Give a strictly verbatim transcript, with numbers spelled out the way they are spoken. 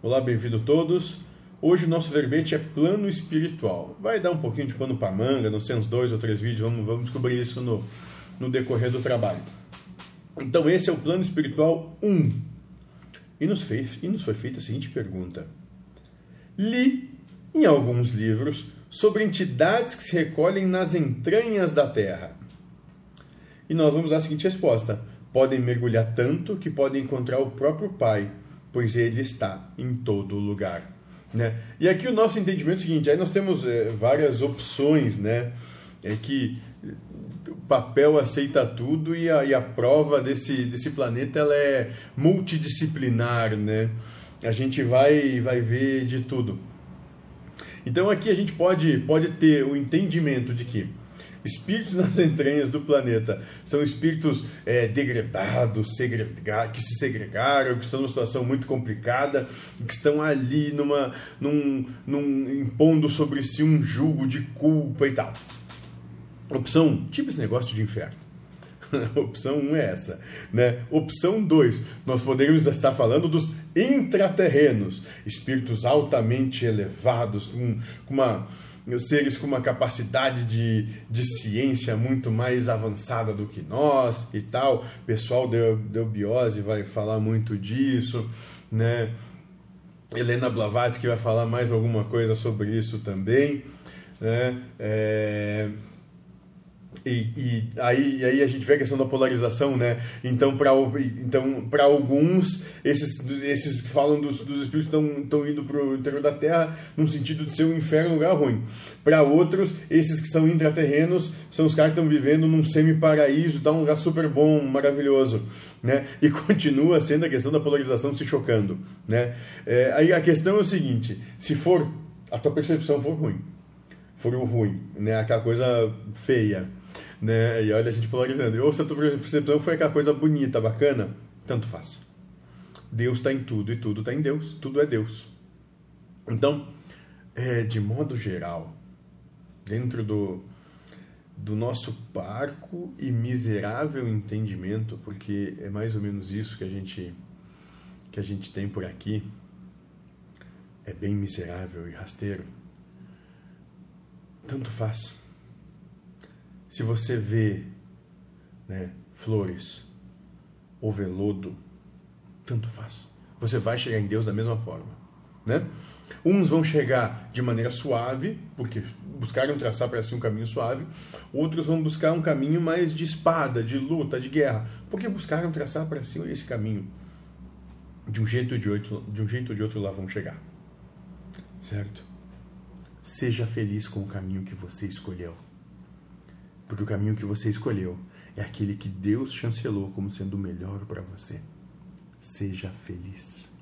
Olá, bem-vindo todos. Hoje o nosso verbete é plano espiritual. Vai dar um pouquinho de pano para manga, não sei, uns dois ou três vídeos, vamos, vamos descobrir isso no, no decorrer do trabalho. Então esse é o plano espiritual um. E nos, fez, e nos foi feita a seguinte pergunta. Li em alguns livros sobre entidades que se recolhem nas entranhas da Terra. E nós vamos dar a seguinte resposta. Podem mergulhar tanto que podem encontrar o próprio Pai, pois Ele está em todo lugar. Né? E aqui o nosso entendimento é o seguinte, aí nós temos é, várias opções, né? É que o papel aceita tudo e a, e a prova desse, desse planeta ela é multidisciplinar, né? A gente vai, vai ver de tudo. Então aqui a gente pode, pode ter o entendimento de que espíritos nas entranhas do planeta são espíritos é, degradados, segrega, que se segregaram, que estão numa situação muito complicada, que estão ali numa, num, num, impondo sobre si um jugo de culpa e tal. Opção, tipo esse negócio de inferno. Opção um é essa. Né? Opção dois, nós poderíamos estar falando dos intraterrenos, espíritos altamente elevados, com, com uma... seres com uma capacidade de, de ciência muito mais avançada do que nós e tal. O pessoal da Eubiose vai falar muito disso, né? Helena Blavatsky vai falar mais alguma coisa sobre isso também, né? É... E, e aí, aí a gente vê a questão da polarização, né? Então, para então, para alguns, esses, esses que falam dos, dos espíritos estão indo para o interior da Terra num sentido de ser um inferno, um lugar ruim. Para outros, esses que são intraterrenos são os caras que estão vivendo num semi-paraíso, tá um lugar super bom, maravilhoso. Né? E continua sendo a questão da polarização se chocando. Né? É, aí a questão é o seguinte, se for, a tua percepção for ruim, for ruim, né? Aquela coisa feia, né? E olha a gente polarizando. Ou se a tua percepção foi aquela coisa bonita, bacana, tanto faz. Deus está em tudo e tudo está em Deus. Tudo é Deus. Então, é, de modo geral, dentro do, do nosso parco e miserável entendimento, porque é mais ou menos isso que a gente, que a gente tem por aqui, é bem miserável e rasteiro, tanto faz. Se você vê, né, flores ou veludo, tanto faz. Você vai chegar em Deus da mesma forma. Né? Uns vão chegar de maneira suave, porque buscaram traçar para si um caminho suave. Outros vão buscar um caminho mais de espada, de luta, de guerra, porque buscaram traçar para si esse caminho. De um jeito ou de outro, de um jeito ou de outro lá vão chegar. Certo? Seja feliz com o caminho que você escolheu. Porque o caminho que você escolheu é aquele que Deus chancelou como sendo o melhor para você. Seja feliz.